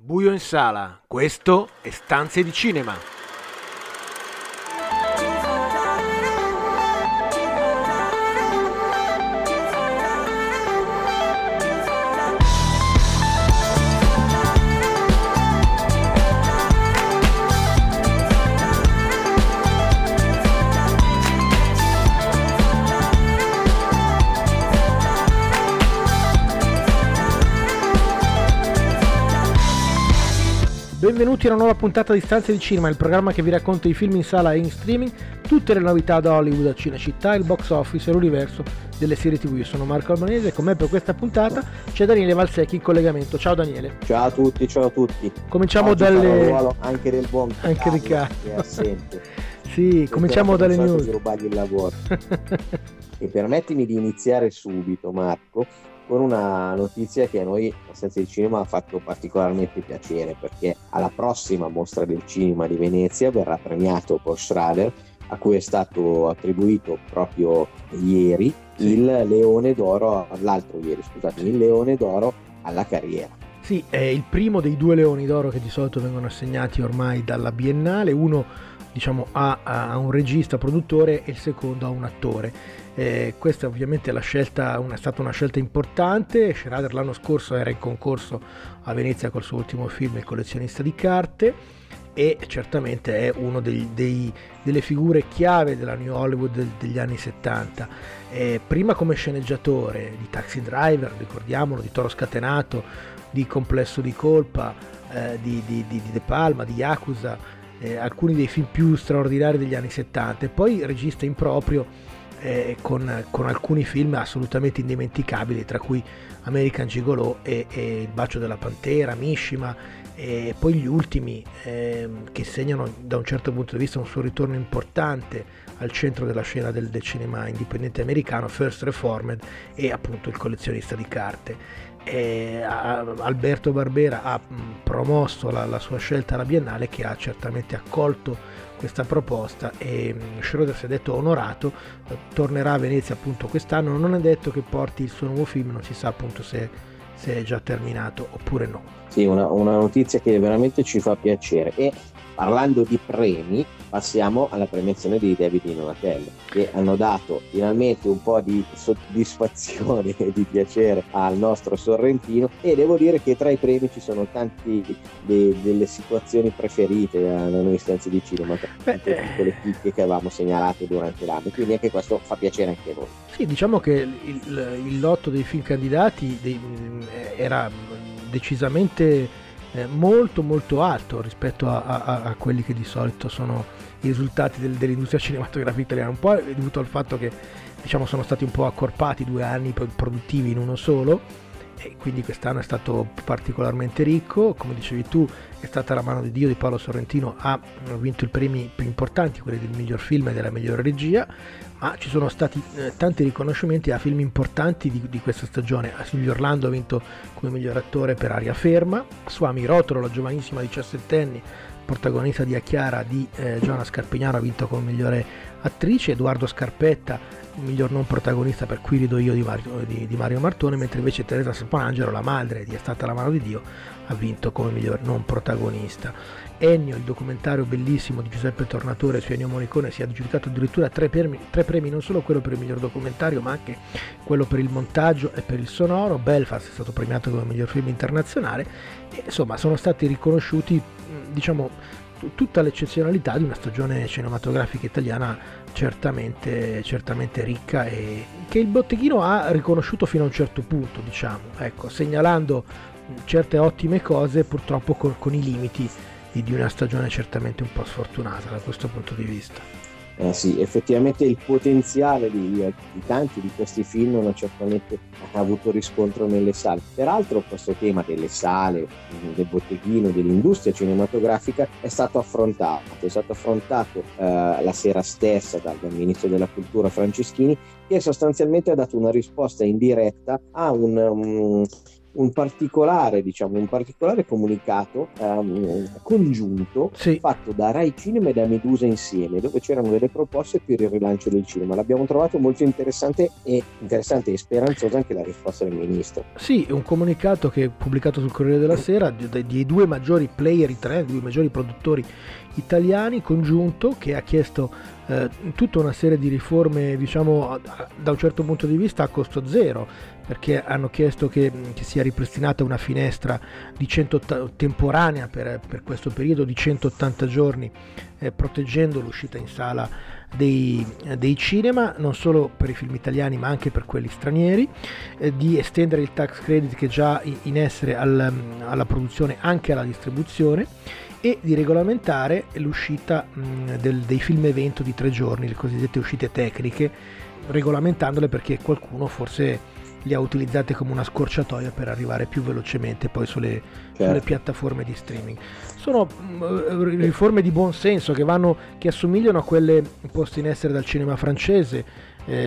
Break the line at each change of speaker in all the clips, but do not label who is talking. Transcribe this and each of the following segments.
Buio in sala, questo è Stanze di Cinema. Benvenuti a una nuova puntata di Stanze di Cinema, il programma che vi racconta i film in sala e in streaming, tutte le novità da Hollywood a Cinecittà, il box office e l'universo delle serie TV. Io sono Marco Albanese e con me per questa puntata c'è Daniele Valsecchi in collegamento. Ciao Daniele.
Ciao a tutti, ciao a tutti.
Cominciamo
oggi
dalle...
ruolo anche del buon
anche
Carlo,
Riccardo.
che è assente.
Sì, cominciamo dalle news.
Di rubargli il lavoro. E permettimi di iniziare subito, Marco, con una notizia che a noi a Stanze di Cinema ha fatto particolarmente piacere, perché alla prossima mostra del cinema di Venezia verrà premiato Paul Schrader, a cui è stato attribuito proprio ieri il Leone d'Oro, l'altro ieri, scusatemi, il Leone d'Oro alla carriera.
Sì, è il primo dei due Leoni d'Oro che di solito vengono assegnati ormai dalla Biennale, uno diciamo a un regista produttore e il secondo a un attore. Questa ovviamente è stata una scelta importante. Schrader l'anno scorso era in concorso a Venezia col suo ultimo film Il collezionista di carte e certamente è uno delle figure chiave della New Hollywood degli anni 70. Prima come sceneggiatore di Taxi Driver, ricordiamolo, di Toro Scatenato, di Complesso di Colpa, di De Palma, di Yakuza, alcuni dei film più straordinari degli anni 70, e poi regista in proprio con alcuni film assolutamente indimenticabili, tra cui American Gigolo e Il bacio della pantera, Mishima, e poi gli ultimi che segnano da un certo punto di vista un suo ritorno importante al centro della scena del cinema indipendente americano, First Reformed e appunto Il collezionista di carte. Alberto Barbera ha promosso la sua scelta alla Biennale, che ha certamente accolto questa proposta, e Schroeder si è detto onorato. Tornerà a Venezia appunto quest'anno. Non è detto che porti il suo nuovo film, non si sa appunto se è già terminato oppure no.
Sì, una notizia che veramente ci fa piacere. E parlando di premi, passiamo alla premiazione di David e Donatello, che hanno dato finalmente un po' di soddisfazione e di piacere al nostro sorrentino, e devo dire che tra i premi ci sono tanti delle situazioni preferite da noi Stanze di Cinema, tutte le chicche che avevamo segnalato durante l'anno, quindi anche questo fa piacere anche a noi.
Sì, diciamo che il lotto dei film candidati era decisamente molto molto alto rispetto a quelli che di solito sono i risultati dell'industria cinematografica italiana. Un po' è dovuto al fatto che diciamo sono stati un po' accorpati 2 anni produttivi in uno solo, e quindi quest'anno è stato particolarmente ricco. Come dicevi tu, è stata La mano di Dio di Paolo Sorrentino, ha vinto i premi più importanti, quelli del miglior film e della migliore regia, ma ci sono stati tanti riconoscimenti a film importanti di questa stagione. Silvio Orlando ha vinto come miglior attore per Aria Ferma, Swami Rotolo, la giovanissima 17enne protagonista di Achiara di Giovanna Scarpignano, ha vinto come migliore attrice, Edoardo Scarpetta miglior non protagonista per Qui rido io di Mario Martone, mentre invece Teresa Spanangelo, la madre di È stata la mano di Dio, ha vinto come miglior non protagonista. Ennio, il documentario bellissimo di Giuseppe Tornatore su Ennio Morricone, si è aggiudicato addirittura 3 premi, non solo quello per il miglior documentario ma anche quello per il montaggio e per il sonoro. Belfast è stato premiato come miglior film internazionale, e insomma sono stati riconosciuti diciamo tutta l'eccezionalità di una stagione cinematografica italiana certamente ricca, e che il botteghino ha riconosciuto fino a un certo punto, diciamo, ecco, segnalando certe ottime cose, purtroppo con i limiti di una stagione certamente un po' sfortunata da questo punto di vista.
Sì, effettivamente il potenziale di tanti di questi film non ha certamente avuto riscontro nelle sale. Peraltro questo tema delle sale, del botteghino, dell'industria cinematografica è stato affrontato la sera stessa dal ministro della cultura Franceschini, che sostanzialmente ha dato una risposta in diretta a un particolare comunicato congiunto fatto da Rai Cinema e da Medusa insieme, dove c'erano delle proposte per il rilancio del cinema. L'abbiamo trovato molto interessante e speranzosa anche la risposta del ministro.
Sì, è un comunicato che è pubblicato sul Corriere della Sera dei due maggiori player italiani, due maggiori produttori italiani, congiunto, che ha chiesto tutta una serie di riforme, diciamo, da un certo punto di vista a costo zero, perché hanno chiesto che sia ripristinata una finestra di temporanea per questo periodo di 180 giorni, proteggendo l'uscita in sala dei cinema, non solo per i film italiani ma anche per quelli stranieri, di estendere il tax credit che è già in essere alla produzione anche alla distribuzione, e di regolamentare l'uscita dei film evento di 3 giorni, le cosiddette uscite tecniche, regolamentandole perché qualcuno forse li ha utilizzate come una scorciatoia per arrivare più velocemente poi sulle piattaforme di streaming. Sono riforme di buon senso che assomigliano a quelle poste in essere dal cinema francese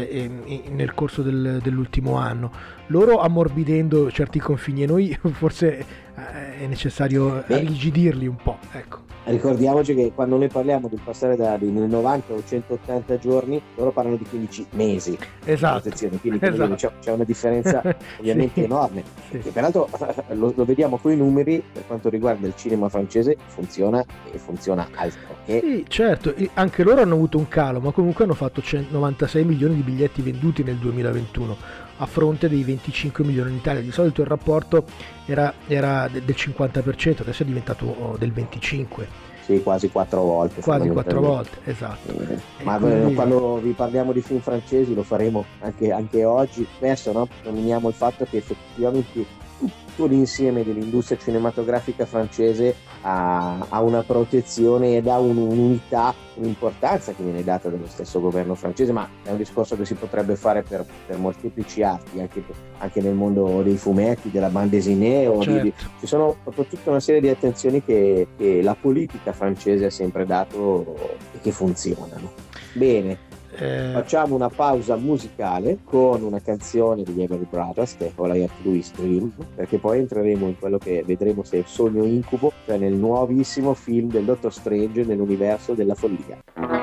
nel corso dell'ultimo anno, loro ammorbidendo certi confini, e noi forse è necessario irrigidirli un po', ecco.
Ricordiamoci che quando noi parliamo di passare dai 90 o 180 giorni, loro parlano di 15 mesi.
Esatto.
Quindi c'è una differenza ovviamente enorme.
Sì.
Che peraltro lo vediamo con i numeri per quanto riguarda il cinema francese, funziona altro.
Sì, certo, anche loro hanno avuto un calo, ma comunque hanno fatto 96 milioni di biglietti venduti nel 2021 a fronte dei 25 milioni in Italia. Di solito il rapporto era del 50%, adesso è diventato del 25%.
Sì, quasi 4 volte.
Quasi 4 volte, esatto.
Ma quindi, quando vi parliamo di film francesi lo faremo anche oggi. Spesso nominiamo il fatto che effettivamente tutto l'insieme dell'industria cinematografica francese ha una protezione ed ha un'unità, un'importanza che viene data dallo stesso governo francese, ma è un discorso che si potrebbe fare per molteplici arti, anche nel mondo dei fumetti, della bande dessinée, ci sono proprio tutta una serie di attenzioni che la politica francese ha sempre dato e che funzionano. Bene. Facciamo una pausa musicale con una canzone degli Everly Brothers, che è All I Have to Do Is Dream, perché poi entreremo in quello che vedremo se è sogno o incubo, cioè nel nuovissimo film del Dottor Strange nell'universo della follia.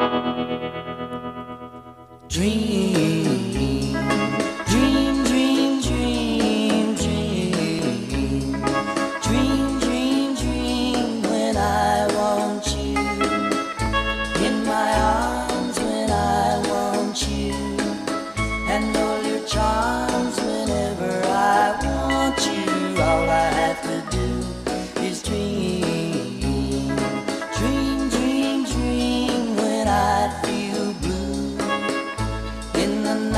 Dream, dream, dream, dream, dream, dream, dream, dream, when I want you in my arms, when I want you, and all your charms whenever I want you. All I have to do is dream, dream, dream, dream, when I feel blue in the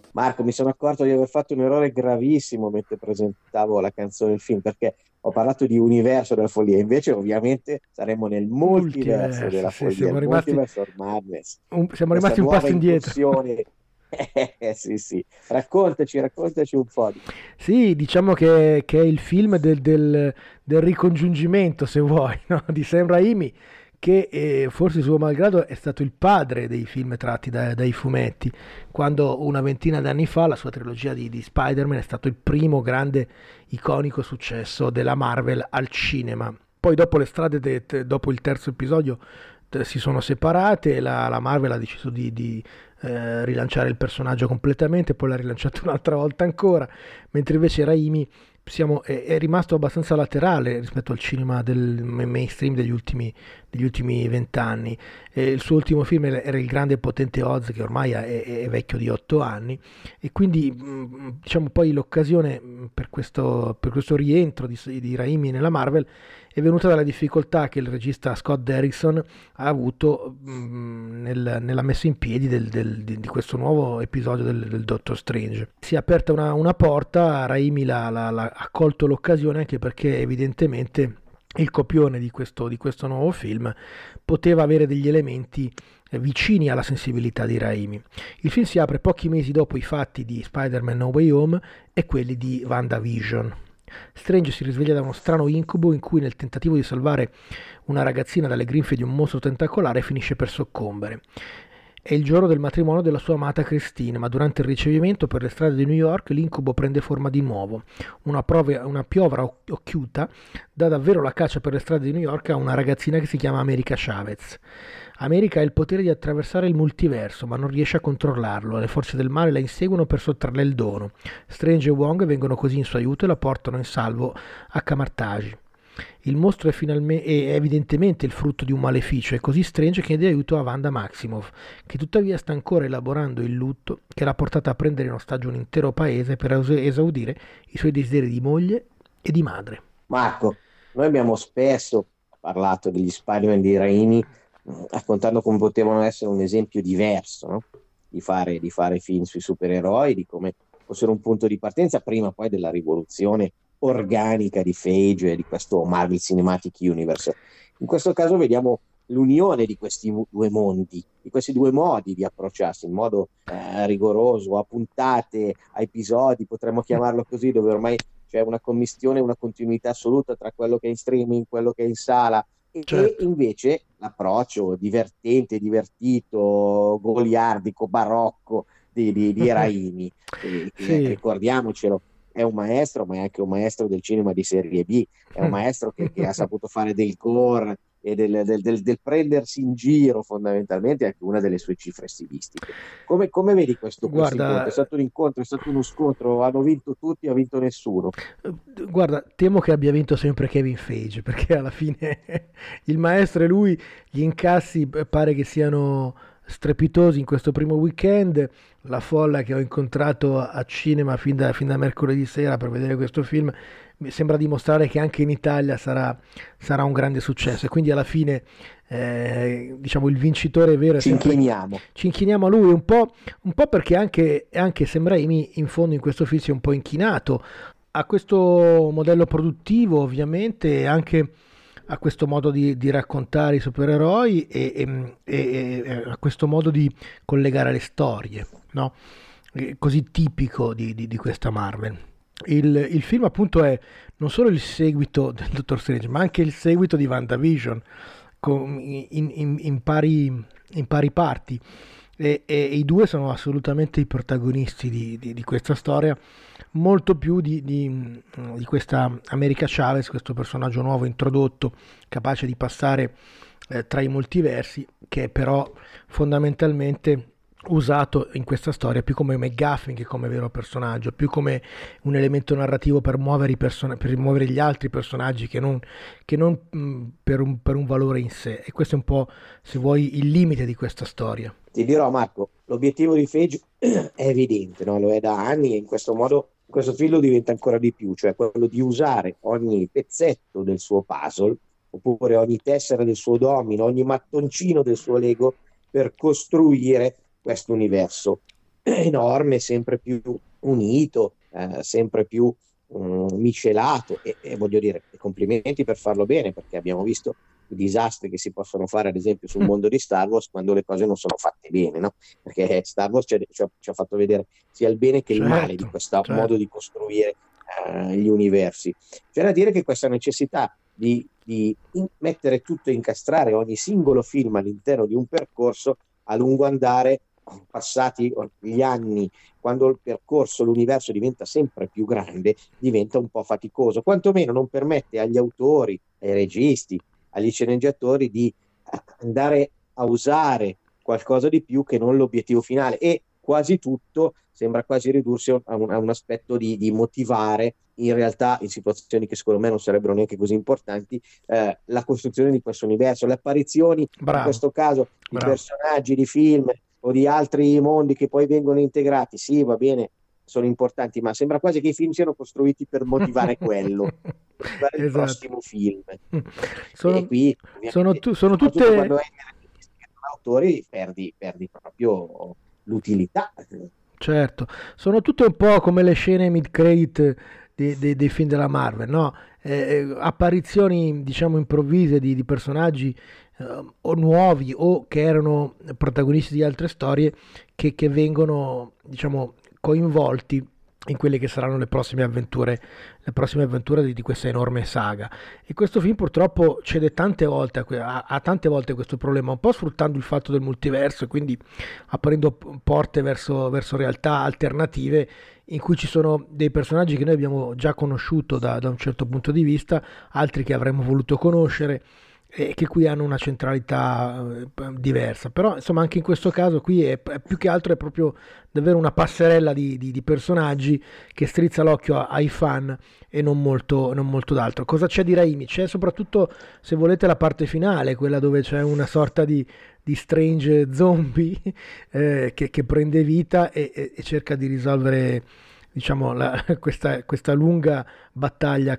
Marco, mi sono accorto di aver fatto un errore gravissimo mentre presentavo la canzone del film, perché ho parlato di universo della follia, invece ovviamente saremmo nel multiverso
Multiverso,
della
sì,
follia, il multiverse of madness,
siamo
questa
rimasti un
nuova
passo indietro.
incursione. Sì, sì, raccontaci un po' di...
Sì, diciamo che è il film del ricongiungimento, se vuoi, no? Di Sam Raimi, che forse suo malgrado è stato il padre dei film tratti dai fumetti, quando una ventina d'anni fa la sua trilogia di Spider-Man è stato il primo grande iconico successo della Marvel al cinema. Poi dopo le strade, dopo il terzo episodio, si sono separate e la Marvel ha deciso di rilanciare il personaggio completamente, poi l'ha rilanciato un'altra volta ancora, mentre invece Raimi è rimasto abbastanza laterale rispetto al cinema del mainstream degli ultimi 20 anni. Il suo ultimo film era il grande e potente Oz, che ormai è vecchio di 8 anni, e quindi diciamo poi l'occasione per questo rientro di Raimi nella Marvel è venuta dalla difficoltà che il regista Scott Derrickson ha avuto nella messa in piedi di questo nuovo episodio del Doctor Strange. Si è aperta una porta, Raimi ha colto l'occasione, anche perché evidentemente il copione di questo nuovo film poteva avere degli elementi vicini alla sensibilità di Raimi. Il film si apre pochi mesi dopo i fatti di Spider-Man No Way Home e quelli di WandaVision. Strange si risveglia da uno strano incubo in cui, nel tentativo di salvare una ragazzina dalle grinfie di un mostro tentacolare, finisce per soccombere. È il giorno del matrimonio della sua amata Christine, ma durante il ricevimento per le strade di New York l'incubo prende forma di nuovo. Una piovra occhiuta dà davvero la caccia per le strade di New York a una ragazzina che si chiama America Chavez. America ha il potere di attraversare il multiverso, ma non riesce a controllarlo. Le forze del male la inseguono per sottrarle il dono. Strange e Wong vengono così in suo aiuto e la portano in salvo a Camartage. Il mostro è evidentemente il frutto di un maleficio, e così Strange chiede aiuto a Wanda Maximoff, che tuttavia sta ancora elaborando il lutto che l'ha portata a prendere in ostaggio un intero paese per esaudire i suoi desideri di moglie e di madre.
Marco, noi abbiamo spesso parlato degli Spider-Man di Raimi, raccontando come potevano essere un esempio diverso, no? di fare film sui supereroi, di come fossero un punto di partenza prima poi della rivoluzione organica di Feige e di questo Marvel Cinematic Universe. In questo caso vediamo l'unione di questi due mondi, di questi due modi di approcciarsi in modo rigoroso, a puntate, a episodi, potremmo chiamarlo così, dove ormai c'è una commistione, una continuità assoluta tra quello che è in streaming, quello che è in sala,
Certo.
e invece l'approccio divertente, divertito, goliardico, barocco di Raimi, che
Sì.
ricordiamocelo, è un maestro, ma è anche un maestro del cinema di serie B, è un maestro che ha saputo fare del gore e del prendersi in giro, fondamentalmente, anche una delle sue cifre stilistiche. Come vedi questo incontro? È
Guarda,
stato un incontro, è stato uno scontro, hanno vinto tutti, ha vinto nessuno.
guarda, temo che abbia vinto sempre Kevin Feige, perché alla fine il maestro e lui, gli incassi pare che siano strepitosi in questo primo weekend. La folla che ho incontrato a cinema fin da mercoledì sera per vedere questo film mi sembra dimostrare che anche in Italia sarà un grande successo, e quindi alla fine diciamo il vincitore vero è
Ci
sempre...
inchiniamo.
Ci inchiniamo a lui un po' perché anche Sam Raimi in fondo in questo film si è un po' inchinato a questo modello produttivo, ovviamente, e anche a questo modo di raccontare i supereroi e a questo modo di collegare le storie, no? Così tipico di questa Marvel. Il film appunto è non solo il seguito del Dottor Strange, ma anche il seguito di WandaVision in pari parti, e i due sono assolutamente i protagonisti di questa storia, molto più di questa America Chavez, questo personaggio nuovo introdotto, capace di passare tra i multiversi, che è però fondamentalmente usato in questa storia più come McGuffin che come vero personaggio, più come un elemento narrativo per muovere, per muovere gli altri personaggi che non per un valore in sé. E questo è un po', se vuoi, il limite di questa storia.
Ti dirò, Marco, l'obiettivo di Feige è evidente, no? Lo è da anni, e in questo modo questo film lo diventa ancora di più, cioè quello di usare ogni pezzetto del suo puzzle, oppure ogni tessera del suo domino, ogni mattoncino del suo Lego per costruire questo universo enorme, sempre più unito, sempre più miscelato e voglio dire, complimenti per farlo bene, perché abbiamo visto i disastri che si possono fare ad esempio sul mondo di Star Wars quando le cose non sono fatte bene, no? Perché Star Wars ci ha fatto vedere sia il bene che il male di
Certo,
questo modo
certo.
di costruire gli universi. C'è da dire che questa necessità di mettere tutto e incastrare ogni singolo film all'interno di un percorso a lungo andare, passati gli anni, quando il percorso, l'universo diventa sempre più grande, diventa un po' faticoso, quantomeno non permette agli autori, ai registi, agli sceneggiatori di andare a usare qualcosa di più che non l'obiettivo finale, e quasi tutto sembra quasi ridursi a un aspetto di motivare, in realtà in situazioni che secondo me non sarebbero neanche così importanti, la costruzione di questo universo, le apparizioni, in
Bravo,
questo caso di
bravo.
personaggi di film o di altri mondi che poi vengono integrati, sì, va bene, sono importanti, ma sembra quasi che i film siano costruiti per motivare quello, motivare il
Esatto.
prossimo film. E
Sono,
qui, ovviamente,
sono
soprattutto quando
tutte,
hai registi che sono autori, perdi proprio l'utilità.
certo, sono tutte un po' come le scene mid-credit dei film della Marvel, no? Apparizioni, diciamo, improvvise di personaggi o nuovi o che erano protagonisti di altre storie che vengono, diciamo, coinvolti in quelle che saranno le prossime avventure di questa enorme saga. E questo film purtroppo cede tante volte ha tante volte questo problema, un po' sfruttando il fatto del multiverso e quindi aprendo porte verso realtà alternative in cui ci sono dei personaggi che noi abbiamo già conosciuto da un certo punto di vista, altri che avremmo voluto conoscere e che qui hanno una centralità diversa. Però insomma anche in questo caso qui è più che altro è proprio davvero una passerella di personaggi che strizza l'occhio ai fan e non molto d'altro. Cosa c'è di Raimi? C'è soprattutto, se volete, la parte finale, quella dove c'è una sorta di strange zombie che prende vita e cerca di risolvere, diciamo, questa lunga battaglia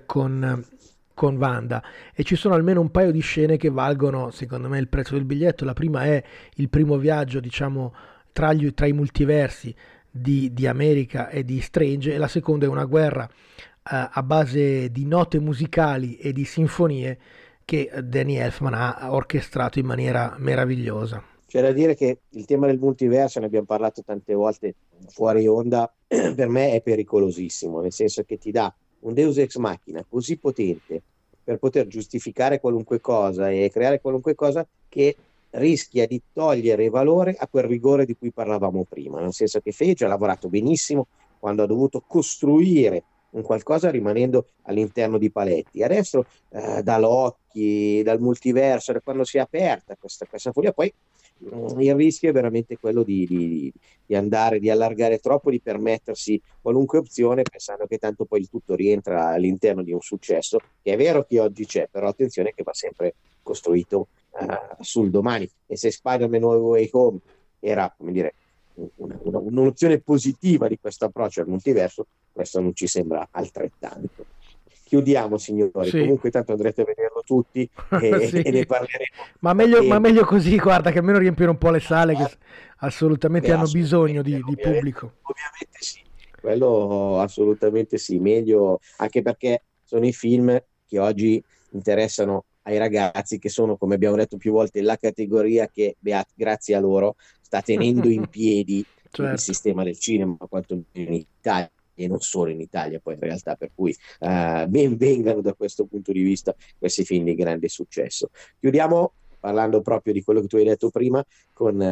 con Wanda. E ci sono almeno un paio di scene che valgono, secondo me, il prezzo del biglietto. La prima è il primo viaggio, diciamo, tra i multiversi di America e di Strange, e la seconda è una guerra a base di note musicali e di sinfonie che Danny Elfman ha orchestrato in maniera meravigliosa.
C'è da dire che il tema del multiverso, ne abbiamo parlato tante volte fuori onda, per me è pericolosissimo, nel senso che ti dà un Deus ex machina così potente per poter giustificare qualunque cosa e creare qualunque cosa che rischia di togliere valore a quel rigore di cui parlavamo prima, nel senso che Feige ha lavorato benissimo quando ha dovuto costruire un qualcosa rimanendo all'interno di paletti. Adesso da Loki, dal multiverso, da quando si è aperta questa follia, poi il rischio è veramente quello di andare, di allargare troppo, di permettersi qualunque opzione pensando che tanto poi il tutto rientra all'interno di un successo, che è vero che oggi c'è, però attenzione che va sempre costruito sul domani. E se Spider-Man No Way Home era, come dire, un'opzione positiva di questo approccio al multiverso, questo non ci sembra altrettanto. Chiudiamo, signori.
Sì.
Comunque, tanto andrete a vederlo tutti
Sì.
e ne parleremo
Ma
a
ma
tempo.
meglio così, guarda, che almeno riempire un po' le sale che assolutamente
Beh,
hanno bisogno
assolutamente,
di pubblico.
ovviamente sì, quello assolutamente sì, meglio, anche perché sono i film che oggi interessano ai ragazzi, che sono, come abbiamo detto più volte, la categoria che, grazie a loro, sta tenendo in piedi il
Certo.
sistema del cinema, quanto in Italia, e non solo in Italia, poi in realtà, per cui ben vengano da questo punto di vista questi film di grande successo. Chiudiamo parlando proprio di quello che tu hai detto prima, con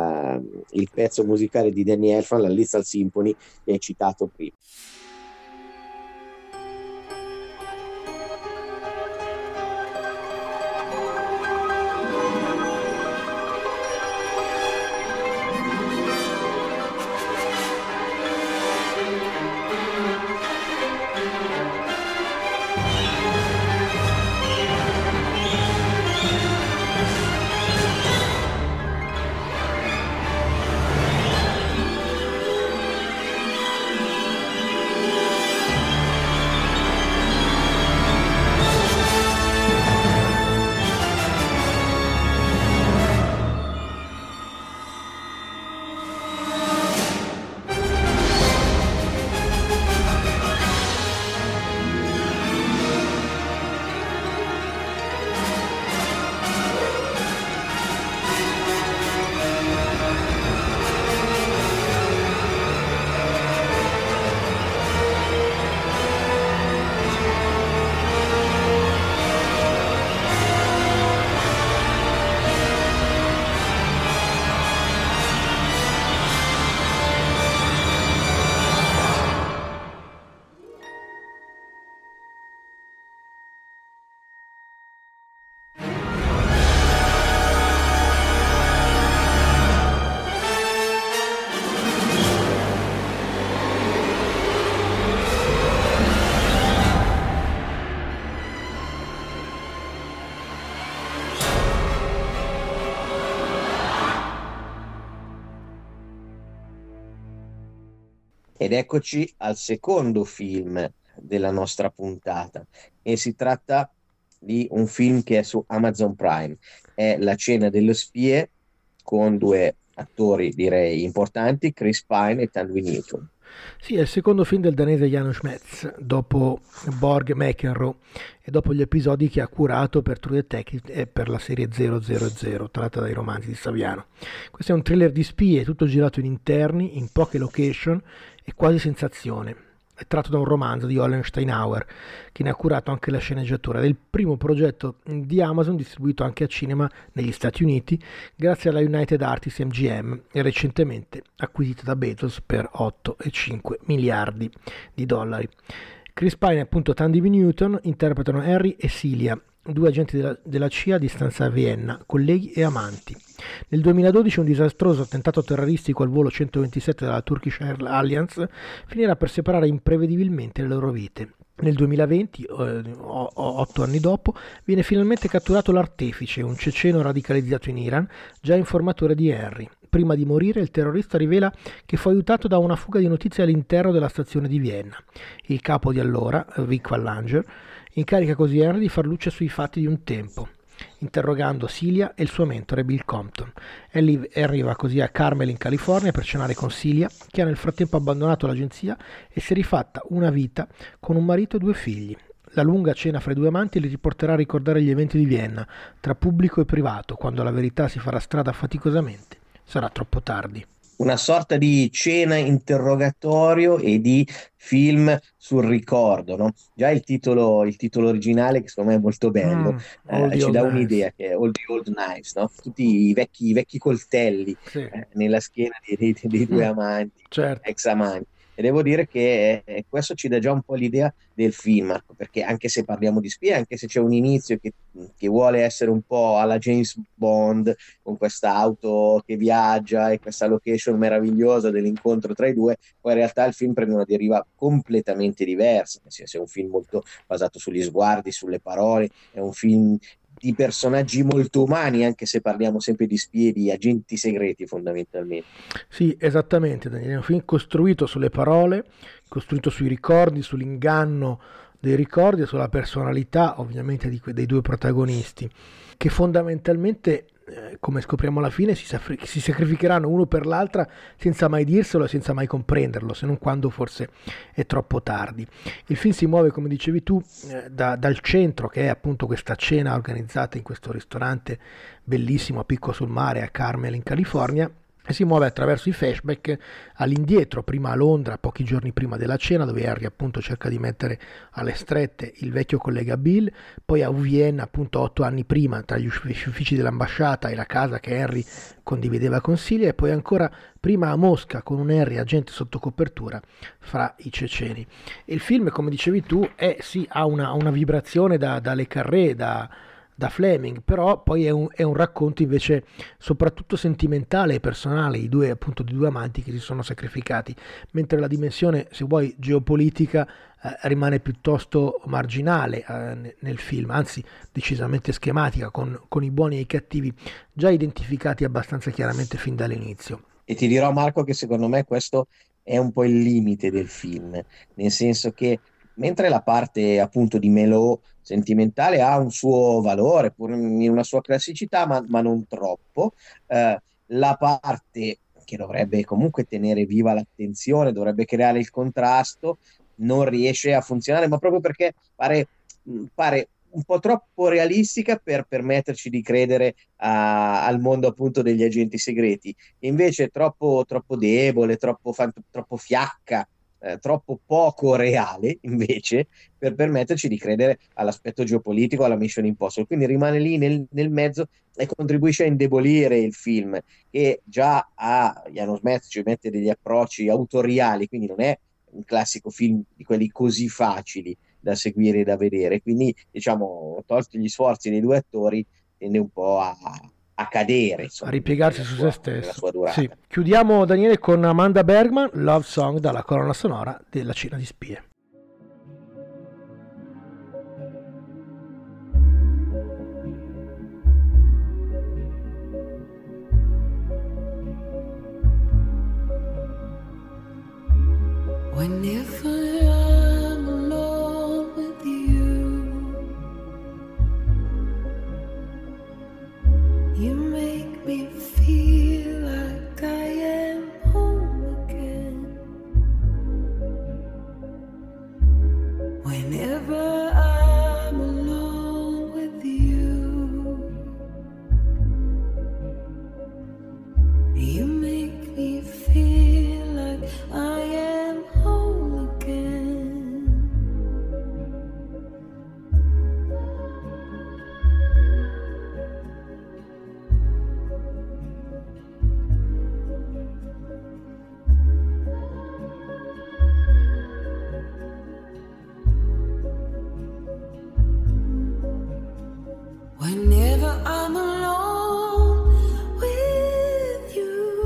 il pezzo musicale di Danny Elfman, la Lethal Symphony, che hai citato prima. Ed eccoci al secondo film della nostra puntata, e si tratta di un film che è su Amazon Prime. È La cena delle spie, con due attori direi importanti, Chris Pine e Tanvi Newton.
Sì, è il secondo film del danese Janusz Metz, dopo Borg McEnroe e dopo gli episodi che ha curato per True Detective e per la serie 000, tratta dai romanzi di Saviano. Questo è un thriller di spie, tutto girato in interni, in poche location e quasi senza azione. È tratto da un romanzo di Ollen Steinhauer, che ne ha curato anche la sceneggiatura. Del primo progetto di Amazon, distribuito anche a cinema negli Stati Uniti, grazie alla United Artists MGM e recentemente acquisita da Bezos per 8,5 miliardi di dollari. Chris Pine e appunto Tandy V. Newton interpretano Harry e Celia, due agenti della CIA di stanza a Vienna, colleghi e amanti. Nel 2012 un disastroso attentato terroristico al volo 127 della Turkish Airlines finirà per separare imprevedibilmente le loro vite. Nel 2020, 8 anni dopo, viene finalmente catturato l'artefice, un ceceno radicalizzato in Iran, già informatore di Harry. Prima di morire, il terrorista rivela che fu aiutato da una fuga di notizie all'interno della stazione di Vienna. Il capo di allora, Vic Wallanger, incarica così Henry di far luce sui fatti di un tempo, interrogando Celia e il suo mentore Bill Compton. Ellie arriva così a Carmel in California per cenare con Celia, che ha nel frattempo abbandonato l'agenzia e si è rifatta una vita con un marito e 2 figli. La lunga cena fra i due amanti li riporterà a ricordare gli eventi di Vienna, tra pubblico e privato, quando la verità si farà strada faticosamente. Sarà troppo tardi.
Una sorta di cena interrogatorio e di film sul ricordo, no? Già il titolo originale, che secondo me è molto bello,
All the
ci
Old
dà
Knives.
un'idea, che è All the Old Knives, no? Tutti i vecchi coltelli
Sì.
nella schiena dei due amanti,
Certo.
ex amanti. E devo dire che questo ci dà già un po' l'idea del film, Marco, perché anche se parliamo di spie, anche se c'è un inizio che vuole essere un po' alla James Bond, con questa auto che viaggia e questa location meravigliosa dell'incontro tra i due, poi in realtà il film prende una deriva completamente diversa, nel senso è un film molto basato sugli sguardi, sulle parole, è un film di personaggi molto umani, anche se parliamo sempre di spie, di agenti segreti fondamentalmente.
Sì, esattamente, Daniele. È un film costruito sulle parole, costruito sui ricordi, sull'inganno dei ricordi e sulla personalità, ovviamente, dei 2 protagonisti, che fondamentalmente, come scopriamo alla fine, si sacrificheranno uno per l'altra senza mai dirselo e senza mai comprenderlo, se non quando forse è troppo tardi. Il film si muove, come dicevi tu, dal centro, che è appunto questa cena organizzata in questo ristorante bellissimo a picco sul mare a Carmel in California, e si muove attraverso i flashback all'indietro, prima a Londra, pochi giorni prima della cena, dove Harry appunto cerca di mettere alle strette il vecchio collega Bill, poi a Vienna appunto 8 anni prima, tra gli uffici dell'ambasciata e la casa che Harry condivideva con Celia, e poi ancora prima a Mosca con un Harry agente sotto copertura fra i ceceni. E il film, come dicevi tu, ha una vibrazione da Le Carré, da Fleming, però poi è un racconto invece soprattutto sentimentale e personale, di due amanti che si sono sacrificati, mentre la dimensione, se vuoi, geopolitica rimane piuttosto marginale nel film, anzi decisamente schematica, con i buoni e i cattivi già identificati abbastanza chiaramente fin dall'inizio.
E ti dirò, Marco, che secondo me questo è un po' il limite del film, nel senso che mentre la parte appunto di melò sentimentale ha un suo valore, pur in una sua classicità, ma non troppo, la parte che dovrebbe comunque tenere viva l'attenzione, dovrebbe creare il contrasto, non riesce a funzionare, ma proprio perché pare un po' troppo realistica per permetterci di credere al mondo appunto degli agenti segreti. E invece è troppo debole, troppo fiacca, troppo poco reale invece per permetterci di credere all'aspetto geopolitico, alla Mission Impossible. Quindi rimane lì nel mezzo e contribuisce a indebolire il film, che già a Janusz Metz ci mette degli approcci autoriali, quindi non è un classico film di quelli così facili da seguire e da vedere. Quindi, diciamo, tolti gli sforzi dei 2 attori, tende un po' a cadere, insomma,
A ripiegarsi su se
nella
stesso.
sua durata.
Sì. Chiudiamo, Daniele, con Amanda Bergman, Love Song, dalla colonna sonora della Cena di spie.
me feel like I am home again. Whenever I'm alone with you, you make me feel like I am whole again. Whenever I'm alone with you,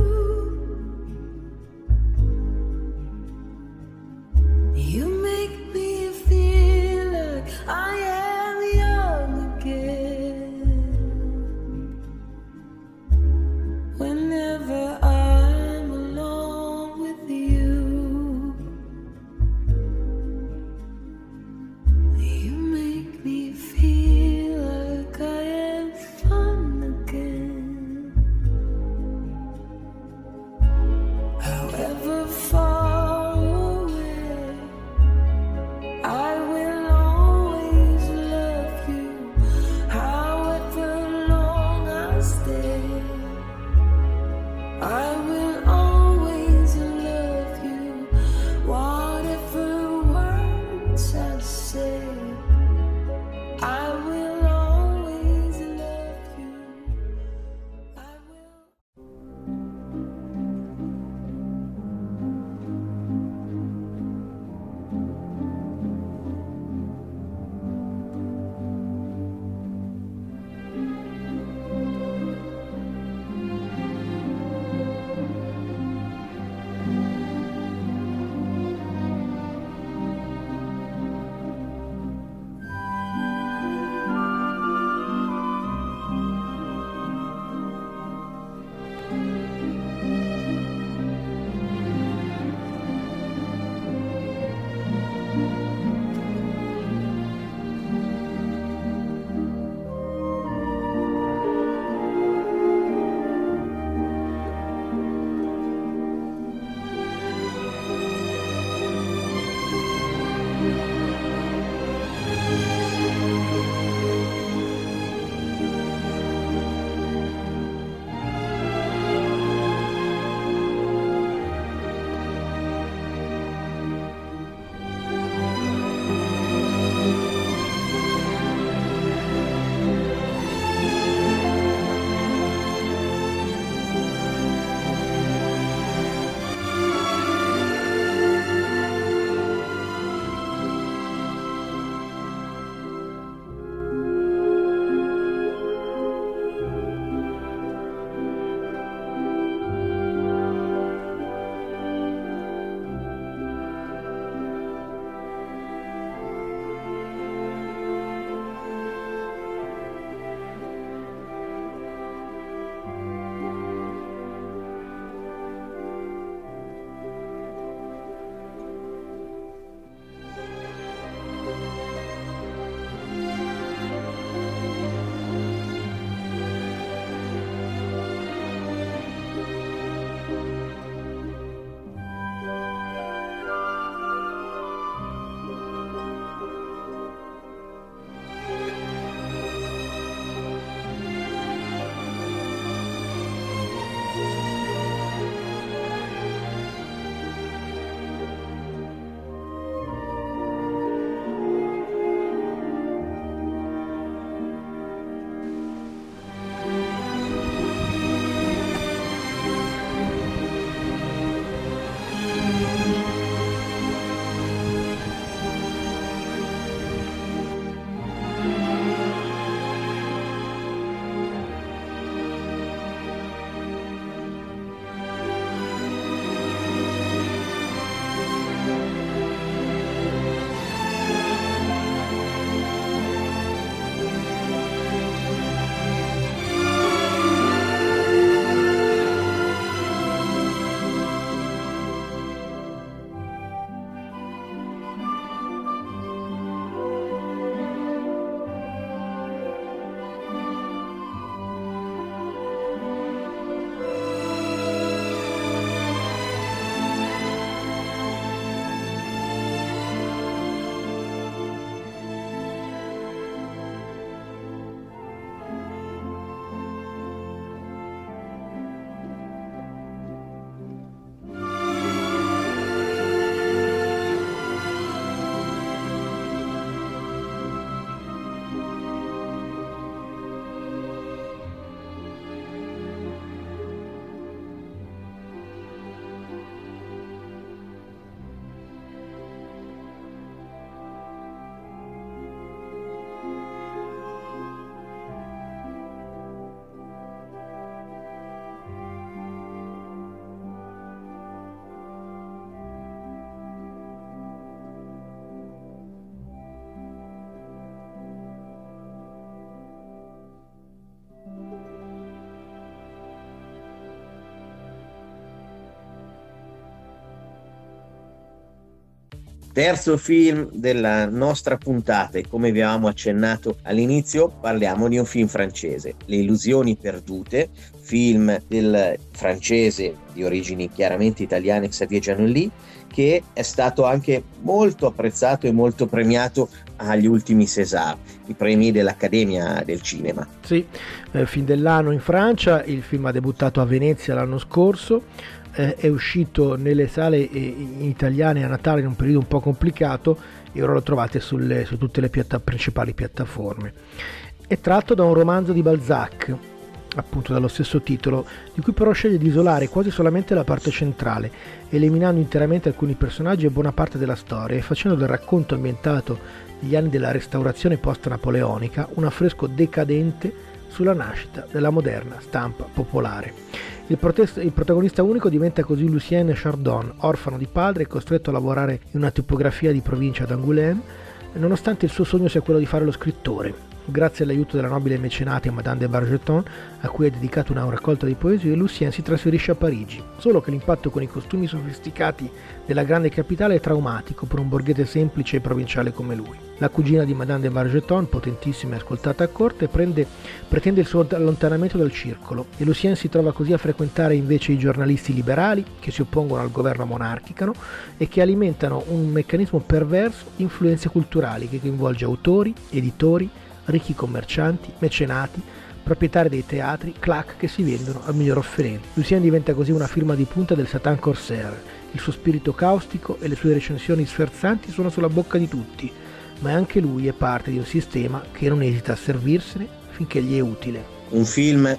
Terzo film della nostra puntata, e come vi avevamo accennato all'inizio, parliamo di un film francese, Le illusioni perdute, film del francese di origini chiaramente italiane Xavier Giannoli, che è stato anche molto apprezzato e molto premiato agli ultimi César, i premi dell'Accademia del Cinema.
Sì, film dell'anno in Francia, il film ha debuttato a Venezia l'anno scorso, è uscito nelle sale italiane a Natale in un periodo un po' complicato e ora lo trovate su tutte le principali piattaforme. È tratto da un romanzo di Balzac, appunto dallo stesso titolo, di cui però sceglie di isolare quasi solamente la parte centrale, eliminando interamente alcuni personaggi e buona parte della storia e facendo del racconto ambientato negli anni della restaurazione post-napoleonica un affresco decadente sulla nascita della moderna stampa popolare. Il protagonista unico diventa così Lucien Chardon, orfano di padre e costretto a lavorare in una tipografia di provincia d'Angoulême, nonostante il suo sogno sia quello di fare lo scrittore. Grazie all'aiuto della nobile mecenate Madame de Bargeton, a cui è dedicata una raccolta di poesie, Lucien si trasferisce a Parigi. Solo che l'impatto con i costumi sofisticati della grande capitale è traumatico per un borghese semplice e provinciale come lui. La cugina di Madame de Bargeton, potentissima e ascoltata a corte, pretende il suo allontanamento dal circolo e Lucien si trova così a frequentare invece i giornalisti liberali che si oppongono al governo monarchico e che alimentano un meccanismo perverso di influenze culturali che coinvolge autori, editori, ricchi commercianti, mecenati, proprietari dei teatri, clac che si vendono al miglior offerente. Lucien diventa così una firma di punta del Satan Corsair. Il suo spirito caustico e le sue recensioni sferzanti sono sulla bocca di tutti, ma anche lui è parte di un sistema che non esita a servirsene finché gli è utile.
Un film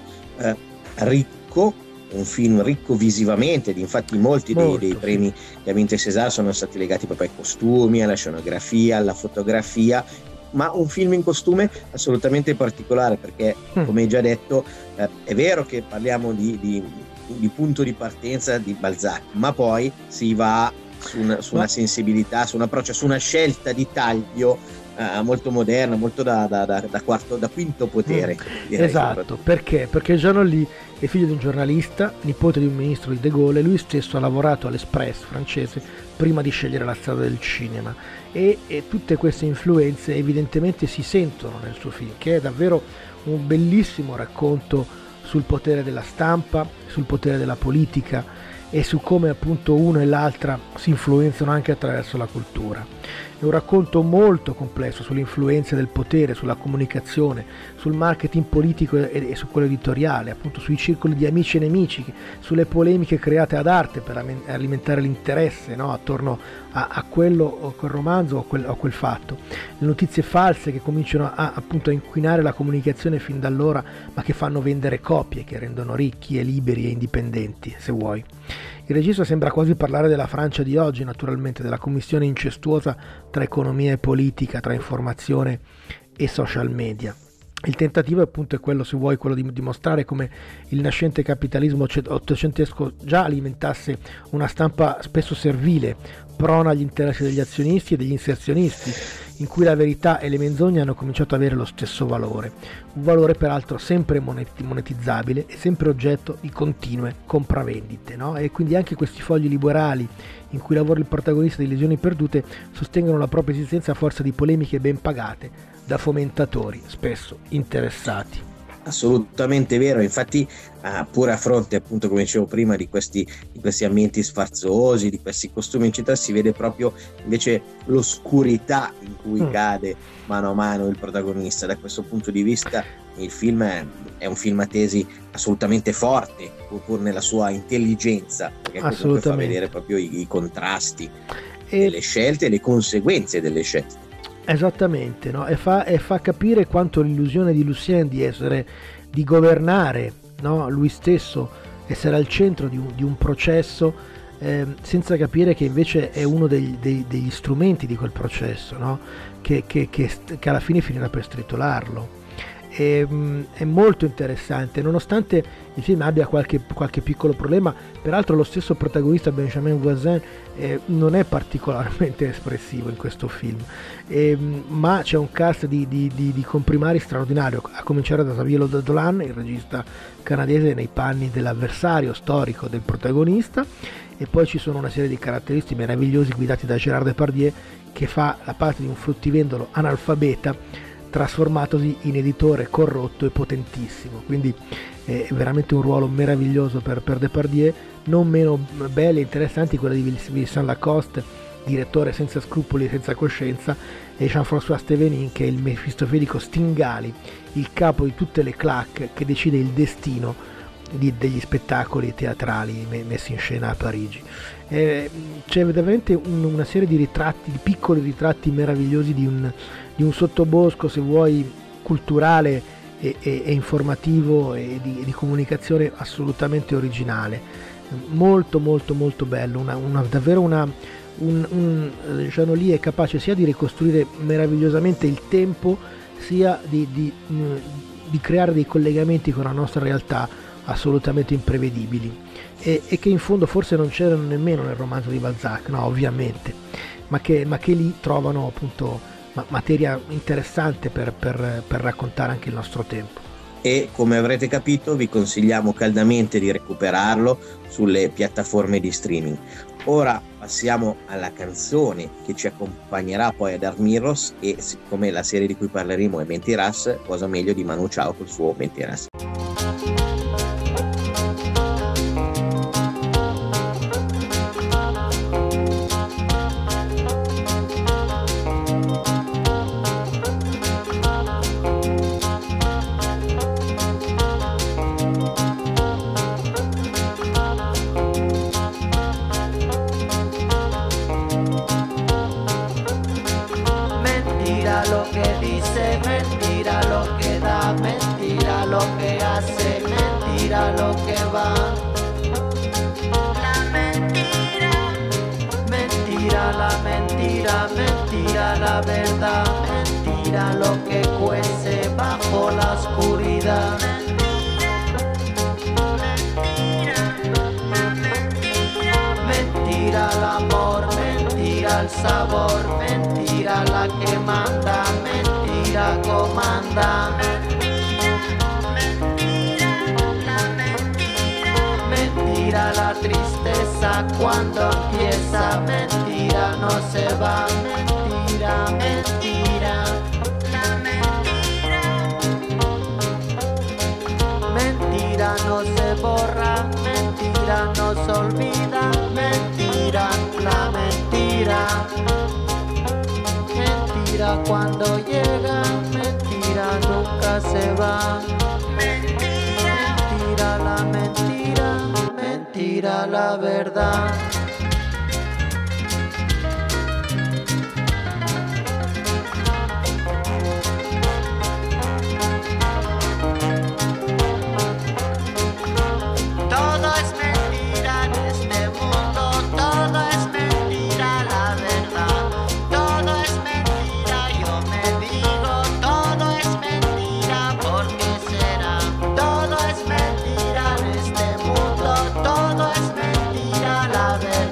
ricco, un film ricco visivamente, infatti molti dei premi che ha vinto César sono stati legati proprio ai costumi, alla scenografia, alla fotografia, ma un film in costume assolutamente particolare perché, come hai già detto, è vero che parliamo di punto di partenza di Balzac, ma poi si va su una sensibilità, su un approccio, su una scelta di taglio molto moderna, molto da quinto potere.
Esatto, perché Giannoli è figlio di un giornalista, nipote di un ministro di De Gaulle, e lui stesso ha lavorato all'Express francese prima di scegliere la strada del cinema e tutte queste influenze evidentemente si sentono nel suo film, che è davvero un bellissimo racconto sul potere della stampa, sul potere della politica e su come appunto uno e l'altra si influenzano anche attraverso la cultura. È un racconto molto complesso sull'influenza del potere, sulla comunicazione, sul marketing politico e su quello editoriale, appunto sui circoli di amici e nemici, sulle polemiche create ad arte per alimentare l'interesse, no, attorno a quello, a quel romanzo o a quel fatto. Le notizie false che cominciano appunto a inquinare la comunicazione fin da allora, ma che fanno vendere copie, che rendono ricchi e liberi e indipendenti, se vuoi. Il regista sembra quasi parlare della Francia di oggi, naturalmente, della commistione incestuosa tra economia e politica, tra informazione e social media. Il tentativo appunto è quello, se vuoi, quello di dimostrare come il nascente capitalismo ottocentesco già alimentasse una stampa spesso servile, prona agli interessi degli azionisti e degli inserzionisti, in cui la verità e le menzogne hanno cominciato ad avere lo stesso valore, un valore peraltro sempre monetizzabile e sempre oggetto di continue compravendite, no? E quindi anche questi fogli liberali in cui lavora il protagonista di Illusioni perdute sostengono la propria esistenza a forza di polemiche ben pagate da fomentatori spesso interessati.
Assolutamente vero, infatti pure a fronte, appunto, come dicevo prima, di questi ambienti sfarzosi, di questi costumi eccetera, si vede proprio invece l'oscurità in cui cade mano a mano il protagonista. Da questo punto di vista il film è un film a tesi assolutamente forte, pur nella sua intelligenza, perché comunque fa vedere proprio i contrasti delle scelte e le conseguenze delle scelte.
Esattamente, no? E fa capire quanto l'illusione di Lucien di governare, no? Lui stesso, essere al centro di un processo, senza capire che invece è uno degli strumenti di quel processo, no? che alla fine finirà per stritolarlo. È molto interessante, nonostante il film abbia qualche piccolo problema. Peraltro lo stesso protagonista Benjamin Voisin non è particolarmente espressivo in questo film, ma c'è un cast di comprimari straordinario, a cominciare da Xavier Dolan, il regista canadese, nei panni dell'avversario storico del protagonista, e poi ci sono una serie di caratteristi meravigliosi guidati da Gérard Depardieu, che fa la parte di un fruttivendolo analfabeta trasformatosi in editore corrotto e potentissimo. Quindi è veramente un ruolo meraviglioso per Depardieu. Non meno belle e interessanti quella di Vincent Lacoste, direttore senza scrupoli e senza coscienza, e Jean-François Stevenin, che è il mefistofelico Stingali, il capo di tutte le claque, che decide il destino degli spettacoli teatrali messi in scena a Parigi. C'è veramente una serie di ritratti, di piccoli ritratti meravigliosi di un sottobosco, se vuoi, culturale e informativo e di comunicazione assolutamente originale, molto molto molto bello, davvero Jean Oli è capace sia di ricostruire meravigliosamente il tempo, sia di creare dei collegamenti con la nostra realtà assolutamente imprevedibili, e che in fondo forse non c'erano nemmeno nel romanzo di Balzac, no, ovviamente, ma che lì trovano appunto materia interessante per raccontare anche il nostro tempo.
E come avrete capito vi consigliamo caldamente di recuperarlo sulle piattaforme di streaming. Ora passiamo alla canzone che ci accompagnerà poi a Dark Mirrors, e siccome la serie di cui parleremo è Mentiras, cosa meglio di Manu Chao col suo Mentiras.
La verdad, mentira lo que cuece bajo la oscuridad. Mentira el amor, mentira el sabor, mentira la que manda, mentira comanda. Mentira la tristeza cuando empieza, mentira no se va, mentira, mentira, la mentira. Mentira no se borra, mentira no se olvida, mentira, la mentira. Mentira cuando llega, mentira nunca se va. Mentira la mentira, mentira la verdad. Todo es mentira, la verdad.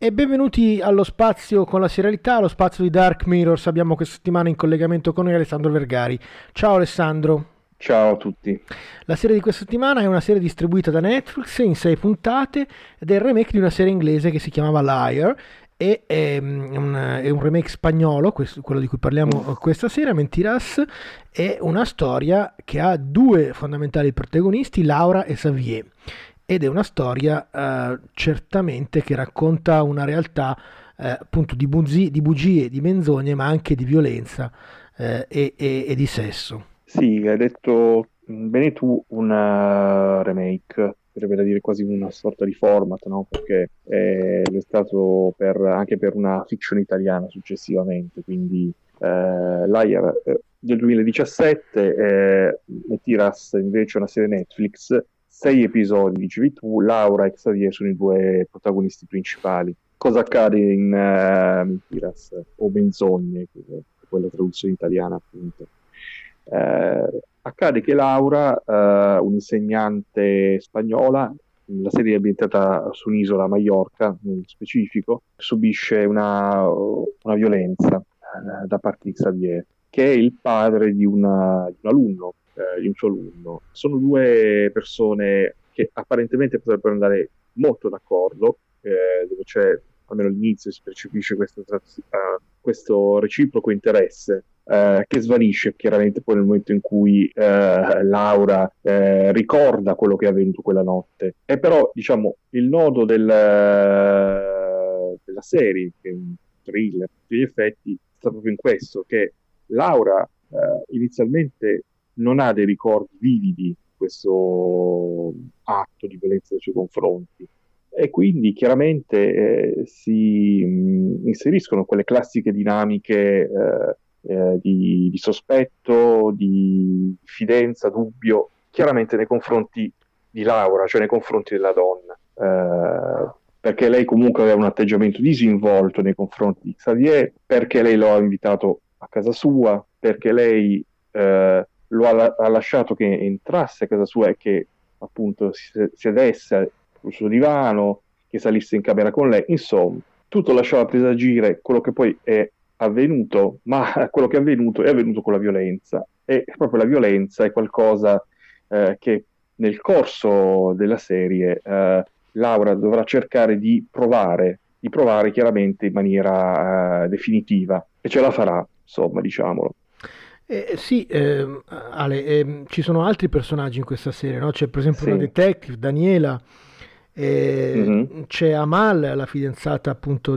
E benvenuti allo spazio con la serialità, allo spazio di Dark Mirrors. Abbiamo questa settimana in collegamento con noi Alessandro Vergari. Ciao Alessandro.
Ciao a tutti.
La serie di questa settimana è una serie distribuita da Netflix in 6 puntate ed è il remake di una serie inglese che si chiamava Liar. E è un remake spagnolo, quello di cui parliamo questa sera, Mentiras. È una storia che ha 2 fondamentali protagonisti, Laura e Xavier. Ed è una storia certamente che racconta una realtà appunto di bugie, di menzogne, ma anche di violenza e di sesso.
Sì, hai detto bene tu, una remake, sarebbe da dire quasi una sorta di format, no? Perché è stato anche per una fiction italiana successivamente, quindi Liar del 2017, Mentiras invece è una serie Netflix, 6 episodi, dicevi tu, Laura e Xavier sono i 2 protagonisti principali. Cosa accade in Mentiras, o Menzogne, che è quella traduzione italiana appunto? Accade che Laura, un'insegnante spagnola, la serie è ambientata su un'isola, Maiorca, nello specifico, subisce una violenza da parte di Xavier, che è il padre di un alunno, di un suo alunno. Sono 2 persone che apparentemente potrebbero andare molto d'accordo, dove c'è, almeno all'inizio, si percepisce questo reciproco interesse, che svanisce chiaramente poi nel momento in cui Laura ricorda quello che è avvenuto quella notte. E però, diciamo, il nodo della serie, che è un thriller a tutti gli effetti, sta proprio in questo, che Laura inizialmente non ha dei ricordi vividi di questo atto di violenza nei suoi confronti, e quindi chiaramente si inseriscono quelle classiche dinamiche di sospetto, di diffidenza, dubbio, chiaramente nei confronti di Laura, cioè nei confronti della donna, perché lei comunque aveva un atteggiamento disinvolto nei confronti di Xavier, perché lei lo ha invitato a casa sua, perché lei lo ha lasciato che entrasse a casa sua e che appunto si sedesse sul suo divano, che salisse in camera con lei, insomma, tutto lasciava presagire quello che poi è avvenuto, ma quello che è avvenuto con la violenza, e proprio la violenza è qualcosa che nel corso della serie Laura dovrà cercare di provare chiaramente in maniera definitiva, e ce la farà, insomma, diciamolo.
Sì, Ale, ci sono altri personaggi in questa serie, no? C'è per esempio una
Sì.
detective, Daniela,
Mhm.
c'è Amal, la fidanzata appunto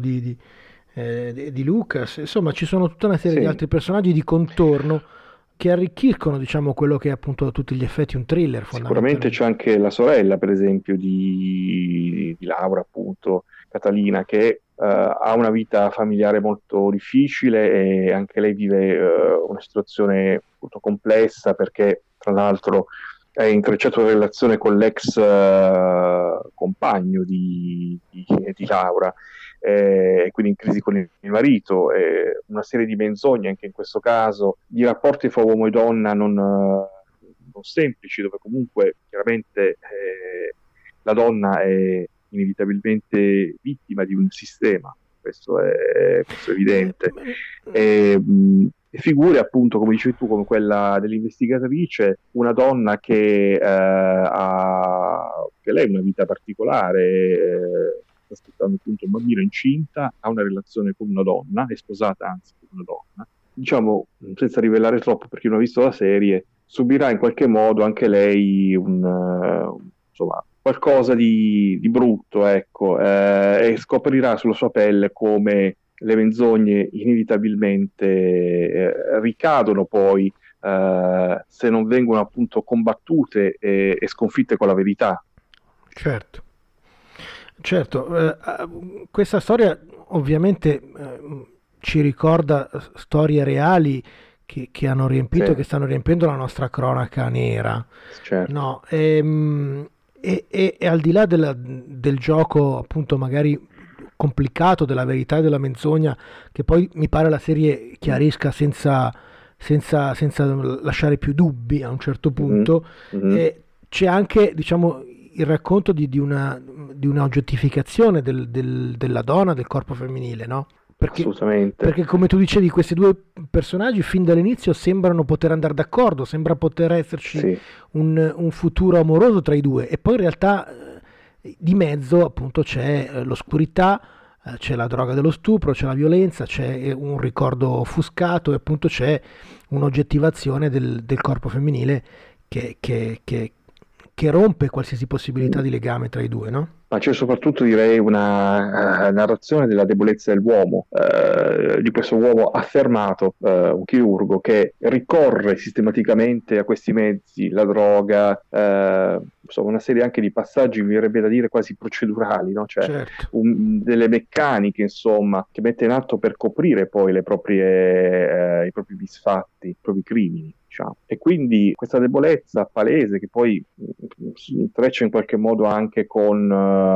di Lucas, insomma ci sono tutta una serie di
Sì.
altri personaggi di contorno che arricchiscono, diciamo, quello che è appunto a tutti gli effetti un thriller
Sicuramente
fondamentalmente.
c'è anche la sorella, per esempio, di Laura, appunto, Catalina, che ha una vita familiare molto difficile, e anche lei vive una situazione molto complessa, perché tra l'altro è intrecciato in relazione con l'ex compagno di Laura, quindi in crisi con il marito, una serie di menzogne anche in questo caso, di rapporti fra uomo e donna non semplici, dove comunque chiaramente la donna è inevitabilmente vittima di un sistema, questo è evidente. E figure appunto, come dicevi tu, come quella dell'investigatrice, una donna che che lei ha una vita particolare, sta aspettando appunto un bambino, incinta, ha una relazione con una donna, è sposata anzi con una donna, diciamo, senza rivelare troppo per chi non ha visto la serie, subirà in qualche modo anche lei insomma, qualcosa di brutto, ecco, e scoprirà sulla sua pelle come le menzogne inevitabilmente ricadono poi, se non vengono appunto combattute e sconfitte con la verità.
Certo, certo, questa storia ovviamente ci ricorda storie reali che hanno riempito,
Sì.
che stanno riempiendo la nostra cronaca nera.
Certo.
No, e al di là del gioco appunto magari complicato della verità e della menzogna, che poi mi pare la serie chiarisca senza lasciare più dubbi a un certo punto,
Mhm.
c'è anche, diciamo, il racconto di una oggettificazione della donna, del corpo femminile, no?
Assolutamente.
Perché come tu dicevi, questi due personaggi fin dall'inizio sembrano poter andare d'accordo, sembra poter esserci un futuro amoroso tra i due, e poi in realtà di mezzo appunto c'è l'oscurità, c'è la droga dello stupro, c'è la violenza, c'è un ricordo offuscato, e appunto c'è un'oggettivazione del corpo femminile che rompe qualsiasi possibilità di legame tra i due, no?
Ma c'è soprattutto, direi, una narrazione della debolezza dell'uomo, di questo uomo affermato, un chirurgo che ricorre sistematicamente a questi mezzi, la droga, insomma una serie anche di passaggi, mi verrebbe da dire quasi procedurali, no? Cioè
Certo.
delle meccaniche, insomma, che mette in atto per coprire poi i propri misfatti, i propri crimini. E quindi questa debolezza palese, che poi si intreccia in qualche modo anche con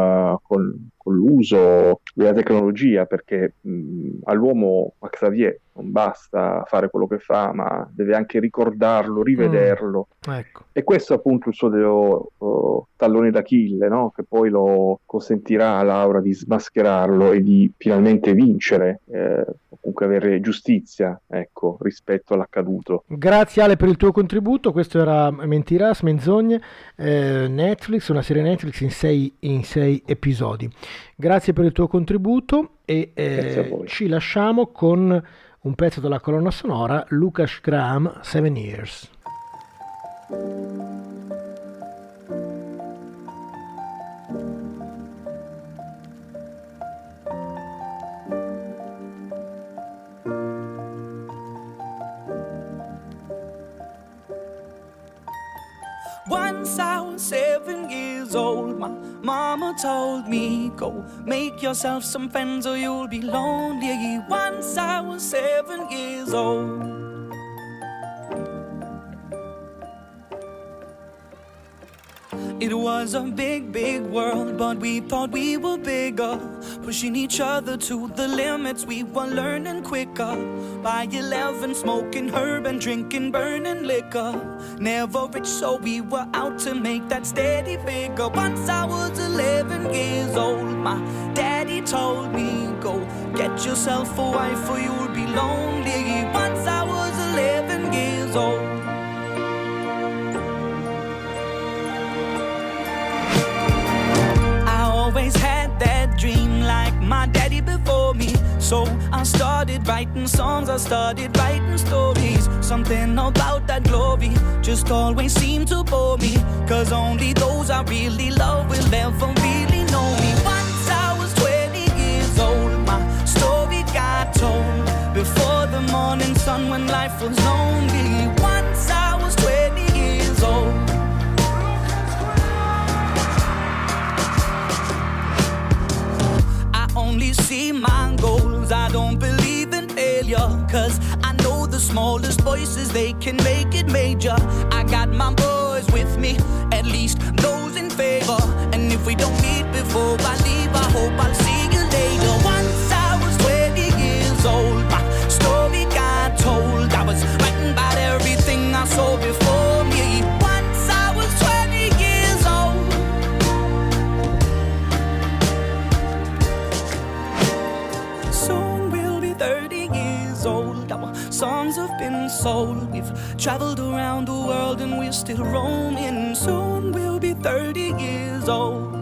l'uso della tecnologia, perché all'uomo, a Xavier, non basta fare quello che fa, ma deve anche ricordarlo, rivederlo.
Ecco.
E questo è appunto il suo tallone d'Achille, no? Che poi lo consentirà a Laura di smascherarlo e di finalmente vincere, o comunque avere giustizia, ecco, rispetto all'accaduto.
Grazie Ale per il tuo contributo. Questo era Mentiras, Menzogne, Netflix, una serie Netflix in sei episodi. Grazie per il tuo contributo, e
Grazie a voi.
ci lasciamo con un pezzo della colonna sonora, Lucas Graham, 7 Years.
Once I was 7 years old, my mama told me, go make yourself some friends or you'll be lonely. Once I was 7 years old. It was a big, big world, but we thought we were bigger, pushing each other to the limits. We were learning quicker. By 11, smoking herb and drinking burning liquor. Never rich, so we were out to make that steady figure. Once I was 11 years old, my daddy told me, go get yourself a wife or you'll be lonely. Once I was 11 years old. Always had that dream like my daddy before me. So I started writing songs, I started writing stories. Something about that glory just always seemed to bore me, 'cause only those I really love will ever really know me. Once I was 20 years old, my story got told before the morning sun when life was lonely. Once I was 20 years old. Only see my goals, I don't believe in failure, 'cause I know the smallest voices, they can make it major. I got my boys with me, at least those in favor. And if we don't meet before I leave, I hope I'll see you later. Once I was 20 years old, my story got told. I was writing about everything I saw before me. Once I was 20 years old. Soon we'll be 30 years old. Our songs have been sold. We've traveled around the world and we're still roaming. Soon we'll be 30 years old.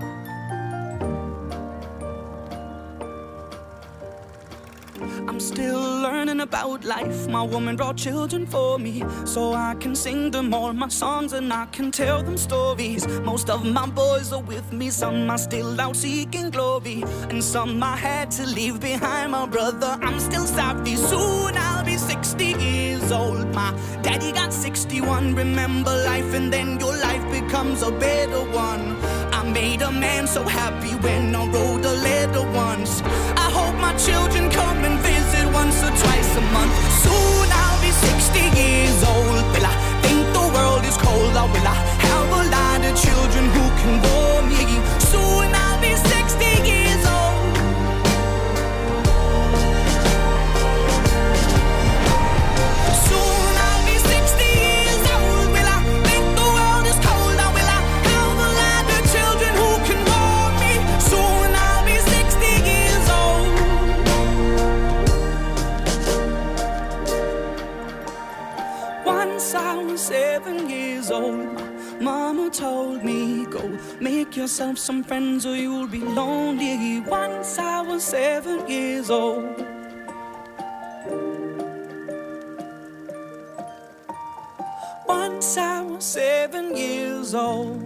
I'm still learning about life. My woman brought children for me, so I can sing them all my songs and I can tell them stories. Most of my boys are with me, some are still out seeking glory, and some I had to leave behind. My brother, I'm still sorry. Soon I'll be 60 years old. My daddy got 61. Remember life and then your life becomes a better one. I made a man so happy when I wrote a letter once. I hope my children come and visit once or twice a month. Soon I'll be 60 years old. Will I think the world is cold, or will I have a lot of children who can bore me? Soon I'll be 60 years old. Soon I'll be 60 years old. Will I think the world is cold, or will I have a lot of old. My mama told me, go make yourself some friends or you'll be lonely. Once I was 7 years old. Once I was 7 years old.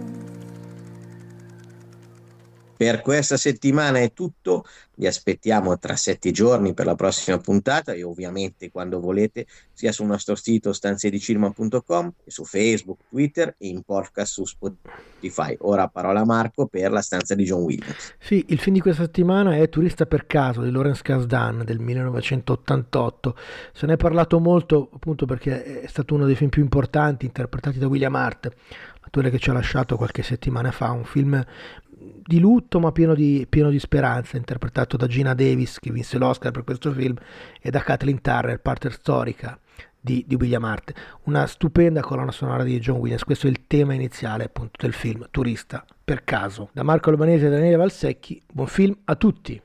Per questa settimana è tutto, vi aspettiamo tra 7 giorni per la prossima puntata e ovviamente quando volete sia sul nostro sito stanziedicinema.com e su Facebook, Twitter e in podcast su Spotify. Ora parola a Marco per La stanza di John Williams.
Sì, il film di questa settimana è Turista per caso di Lawrence Kasdan del 1988. Se ne è parlato molto appunto perché è stato uno dei film più importanti interpretati da William Hart, l'attore che ci ha lasciato qualche settimana fa, un film di lutto ma pieno di speranza, interpretato da Gina Davis che vinse l'Oscar per questo film e da Kathleen Turner, partner storica di William Hart. Una stupenda colonna sonora di John Williams. Questo è il tema iniziale appunto del film Turista per caso. Da Marco Albanese e Daniele Valsecchi, buon film a tutti.